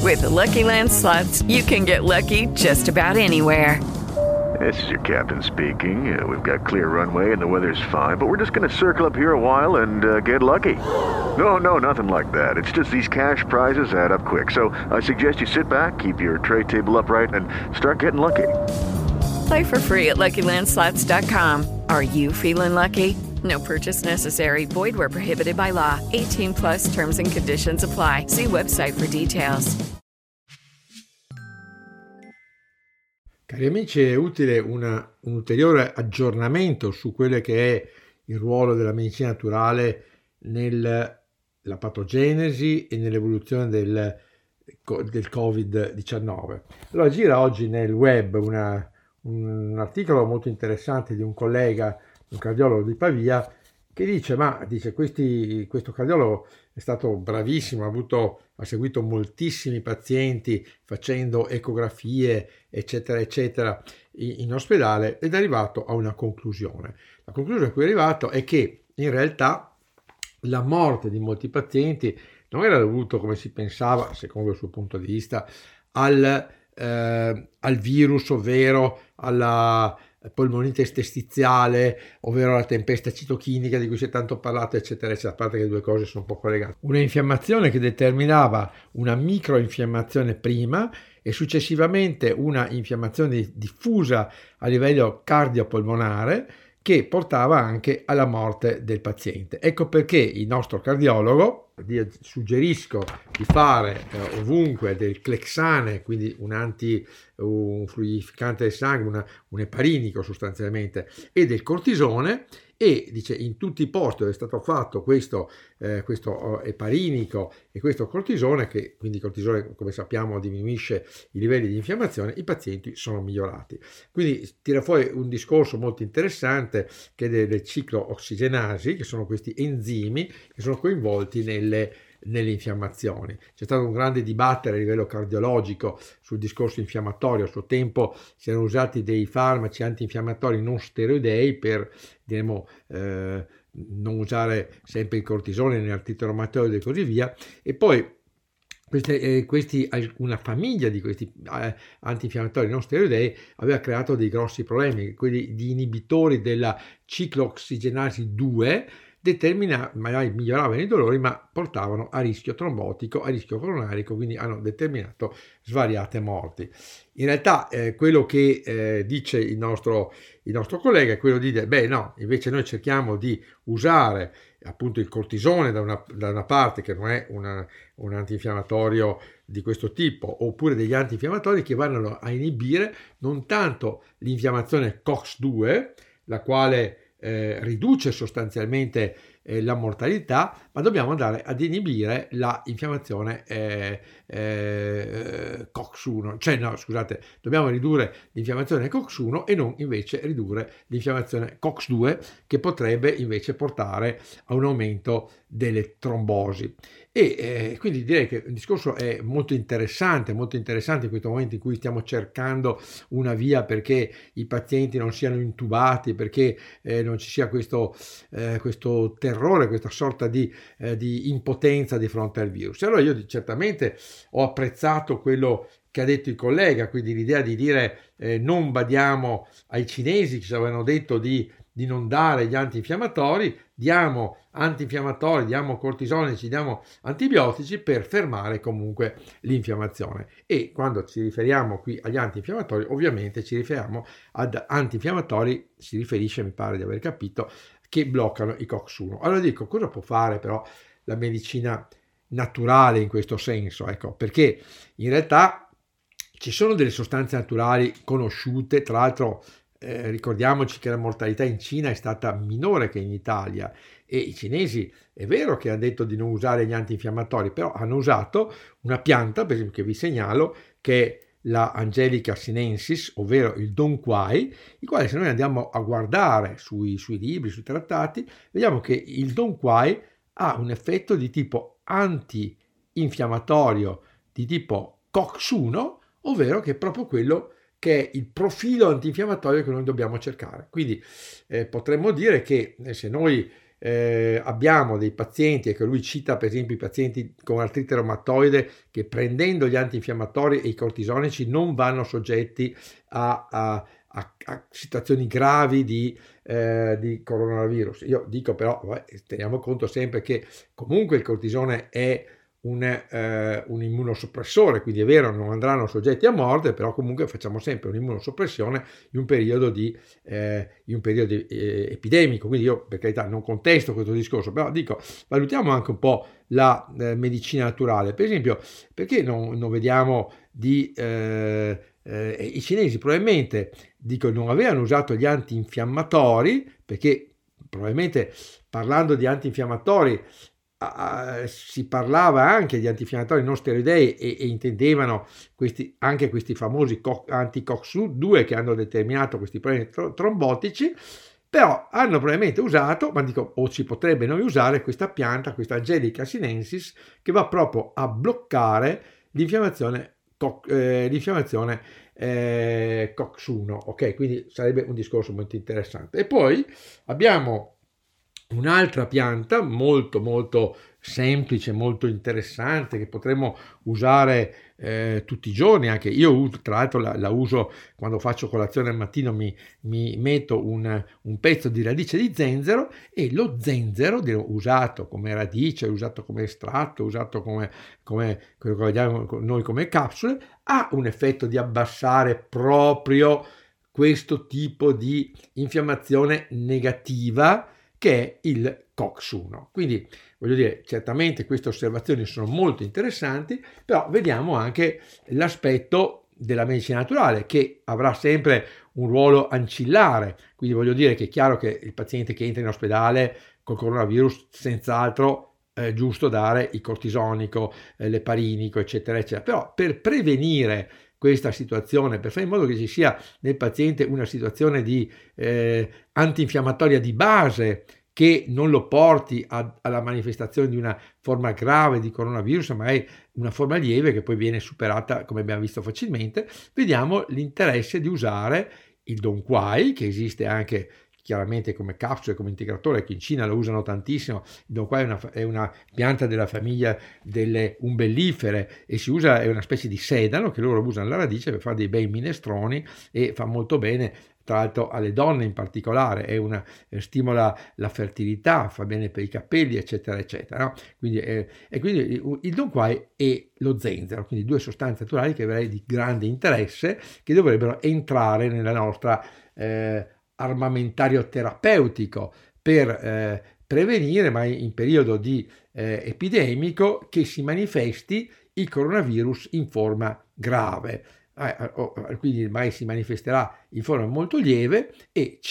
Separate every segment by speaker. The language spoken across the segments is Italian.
Speaker 1: With the Lucky Land Slots, you can get lucky just about anywhere.
Speaker 2: This is your captain speaking. We've got clear runway and the weather's fine, but we're just going to circle up here a while and get lucky. No, nothing like that. It's just these cash prizes add up quick. So I suggest you sit back, keep your tray table upright, and start getting lucky.
Speaker 1: Play for free at LuckyLandSlots.com. Are you feeling lucky? No purchase necessary. Void where prohibited by law. 18 plus terms and conditions apply. See website for details.
Speaker 3: Cari amici, è utile un ulteriore aggiornamento su quello che è il ruolo della medicina naturale nella patogenesi e nell'evoluzione del Covid-19. Allora gira oggi nel web un articolo molto interessante di un collega, un cardiologo di Pavia, che dice questo cardiologo è stato bravissimo, ha seguito moltissimi pazienti facendo ecografie eccetera eccetera in ospedale ed è arrivato a una conclusione. La conclusione a cui è arrivato è che in realtà la morte di molti pazienti non era dovuto, come si pensava, secondo il suo punto di vista, al virus, ovvero alla polmonite interstiziale, ovvero la tempesta citochinica di cui si è tanto parlato, eccetera, eccetera, a parte che le due cose sono un po' collegate. Una infiammazione che determinava una microinfiammazione prima e successivamente una infiammazione diffusa a livello cardiopolmonare che portava anche alla morte del paziente. Ecco perché il nostro cardiologo, suggerisco di fare ovunque del Clexane, quindi un fluidificante del sangue, un eparinico sostanzialmente, e del cortisone, e dice in tutti i posti dove è stato fatto questo eparinico e questo cortisone, che quindi il cortisone come sappiamo diminuisce i livelli di infiammazione, i pazienti sono migliorati. Quindi tira fuori un discorso molto interessante che è delle ciclooxigenasi, che sono questi enzimi che sono coinvolti nelle infiammazioni. C'è stato un grande dibattere a livello cardiologico sul discorso infiammatorio. A suo tempo si erano usati dei farmaci antinfiammatori non steroidei per non usare sempre il cortisone né l'artrite reumatoide e così via, e poi una famiglia di questi antinfiammatori non steroidei aveva creato dei grossi problemi. Quelli di inibitori della ciclooxigenasi 2 magari miglioravano i dolori, ma portavano a rischio trombotico, a rischio coronarico, quindi hanno determinato svariate morti. In realtà quello che dice il nostro collega è quello di dire, no, invece noi cerchiamo di usare appunto il cortisone da una parte, che non è un antinfiammatorio di questo tipo, oppure degli antinfiammatori che vanno a inibire non tanto l'infiammazione COX-2, la quale riduce sostanzialmente la mortalità, ma dobbiamo andare ad inibire la infiammazione COX-1, dobbiamo ridurre l'infiammazione COX-1 e non invece ridurre l'infiammazione COX-2, che potrebbe invece portare a un aumento delle trombosi. E quindi direi che il discorso è molto interessante in questo momento in cui stiamo cercando una via perché i pazienti non siano intubati, perché non ci sia questo terrore, questa sorta di impotenza di fronte al virus. Allora io certamente ho apprezzato quello che ha detto il collega, quindi l'idea di dire non badiamo ai cinesi che ci avevano detto di non dare gli antinfiammatori, diamo antinfiammatori, diamo cortisonici, diamo antibiotici per fermare comunque l'infiammazione. E quando ci riferiamo qui agli antinfiammatori, ovviamente ci riferiamo ad antinfiammatori, si riferisce, mi pare di aver capito, che bloccano i COX-1. Allora dico, cosa può fare però la medicina naturale in questo senso? Ecco, perché in realtà ci sono delle sostanze naturali conosciute, tra l'altro ricordiamoci che la mortalità in Cina è stata minore che in Italia, e i cinesi è vero che hanno detto di non usare gli antinfiammatori, però hanno usato una pianta, per esempio, che vi segnalo, che è la Angelica sinensis, ovvero il Dong Quai, il quale, se noi andiamo a guardare sui libri, sui trattati, vediamo che il Dong Quai ha un effetto di tipo antinfiammatorio di tipo COX-1, ovvero che è proprio quello che è il profilo antinfiammatorio che noi dobbiamo cercare. Quindi potremmo dire che se noi abbiamo dei pazienti, ecco, lui cita per esempio i pazienti con artrite reumatoide che prendendo gli antinfiammatori e i cortisonici non vanno soggetti a situazioni gravi di coronavirus. Io dico però, teniamo conto sempre che comunque il cortisone è un immunosoppressore, quindi è vero, non andranno soggetti a morte, però comunque facciamo sempre un'immunosoppressione in un periodo epidemico. Quindi io, per carità, non contesto questo discorso, però dico, valutiamo anche un po' la medicina naturale. Per esempio, perché non vediamo i cinesi probabilmente non avevano usato gli antinfiammatori, perché probabilmente parlando di antinfiammatori si parlava anche di antinfiammatori non steroidei e intendevano anche questi famosi anti-COX-2 che hanno determinato questi problemi trombotici, però hanno probabilmente usato, ma dico, o ci potrebbe non usare questa pianta, questa Agelika sinensis, che va proprio a bloccare l'infiammazione COX-1, ok? Quindi sarebbe un discorso molto interessante. E poi abbiamo un'altra pianta molto molto semplice, molto interessante, che potremmo usare tutti i giorni. Anche io tra l'altro la uso quando faccio colazione al mattino, mi metto un pezzo di radice di zenzero, e lo zenzero usato come radice, usato come estratto, usato come quello che vediamo noi come capsule, ha un effetto di abbassare proprio questo tipo di infiammazione negativa che è il COX-1. Quindi voglio dire, certamente queste osservazioni sono molto interessanti, però vediamo anche l'aspetto della medicina naturale, che avrà sempre un ruolo ancillare. Quindi voglio dire che è chiaro che il paziente che entra in ospedale col coronavirus, senz'altro è giusto dare il cortisonico, l'eparinico, eccetera, eccetera. Però per prevenire questa situazione, per fare in modo che ci sia nel paziente una situazione di antinfiammatoria di base che non lo porti alla manifestazione di una forma grave di coronavirus, ma è una forma lieve che poi viene superata, come abbiamo visto, facilmente, vediamo l'interesse di usare il Dong Quai, che esiste anche chiaramente come capsule, come integratore, che in Cina lo usano tantissimo. Il Dong Quai è una pianta della famiglia delle umbellifere e è una specie di sedano che loro usano la radice per fare dei bei minestroni, e fa molto bene tra l'altro alle donne in particolare, stimola la fertilità, fa bene per i capelli, eccetera, eccetera. No? Quindi il Dong Quai e lo zenzero, quindi due sostanze naturali che avrei di grande interesse, che dovrebbero entrare nella nostra armamentario terapeutico per prevenire, ma in periodo di epidemico, che si manifesti il coronavirus in forma grave. Quindi mai si manifesterà in forma molto lieve e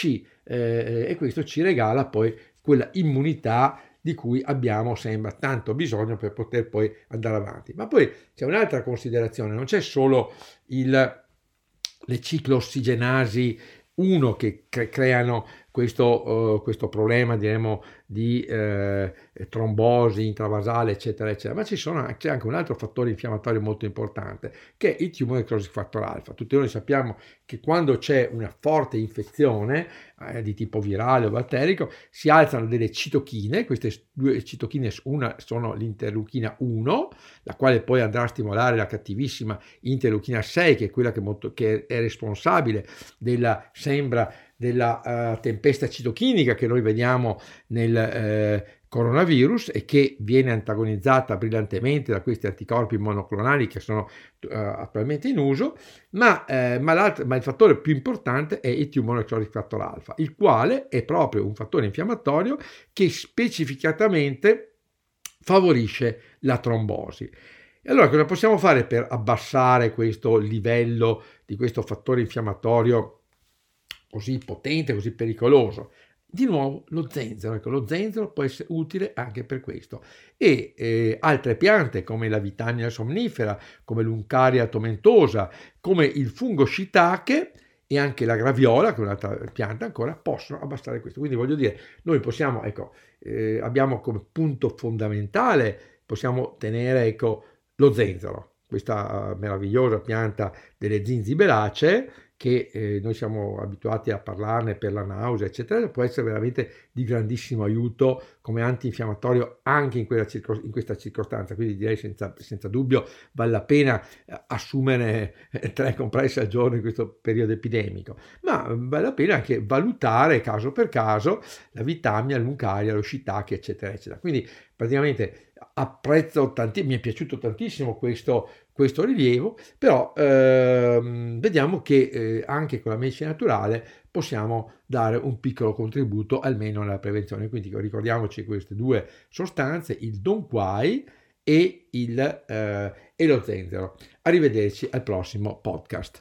Speaker 3: questo ci regala poi quella immunità di cui abbiamo sembra tanto bisogno per poter poi andare avanti. Ma poi c'è un'altra considerazione: non c'è solo le cicloossigenasi 1 che creano questo problema, diremo, di trombosi intravasale, eccetera, eccetera, ma c'è anche un altro fattore infiammatorio molto importante, che è il tumor necrotic factor alfa. Tutti noi sappiamo che quando c'è una forte infezione di tipo virale o batterico, si alzano delle citochine. Queste due citochine, una sono l'interleuchina 1, la quale poi andrà a stimolare la cattivissima interleuchina 6, che è quella che è responsabile della tempesta citochinica che noi vediamo nel coronavirus, e che viene antagonizzata brillantemente da questi anticorpi monoclonali che sono attualmente in uso, ma il fattore più importante è il tumor necrotic factor alfa, il quale è proprio un fattore infiammatorio che specificatamente favorisce la trombosi. E allora cosa possiamo fare per abbassare questo livello di questo fattore infiammatorio così potente, così pericoloso? Di nuovo lo zenzero. Ecco, lo zenzero può essere utile anche per questo. E altre piante come la Vitamina somnifera, come l'Uncaria tomentosa, come il fungo shiitake e anche la graviola, che è un'altra pianta ancora, possono abbassare questo. Quindi voglio dire, noi possiamo, abbiamo come punto fondamentale, possiamo tenere lo zenzero. questa meravigliosa pianta delle zinziberacee, che noi siamo abituati a parlarne per la nausea, eccetera, può essere veramente di grandissimo aiuto come antinfiammatorio anche in questa circostanza. Quindi direi senza dubbio vale la pena assumere 3 compresse al giorno in questo periodo epidemico, ma vale la pena anche valutare caso per caso la vitamina, l'uncaria, lo shiitake, eccetera, eccetera. Quindi praticamente apprezzo mi è piaciuto tantissimo questo rilievo, però vediamo che anche con la medicina naturale possiamo dare un piccolo contributo almeno nella prevenzione. Quindi ricordiamoci queste 2 sostanze, il Dong Quai e lo zenzero. Arrivederci al prossimo podcast.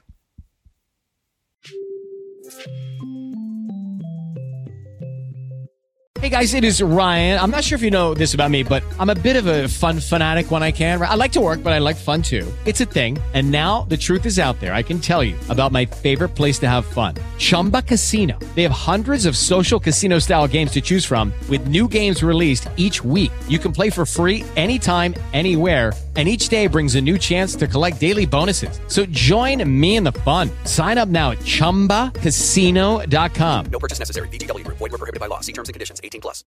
Speaker 4: Hey guys, it is Ryan. I'm not sure if you know this about me, but I'm a bit of a fun fanatic when I can. I like to work, but I like fun too. It's a thing. And now the truth is out there. I can tell you about my favorite place to have fun. Chumba Casino. They have hundreds of social casino style games to choose from with new games released each week. You can play for free anytime, anywhere. And each day brings a new chance to collect daily bonuses. So join me in the fun. Sign up now at ChumbaCasino.com.
Speaker 5: No purchase necessary. VGW Group. Void where prohibited by law. See terms and conditions. 18+.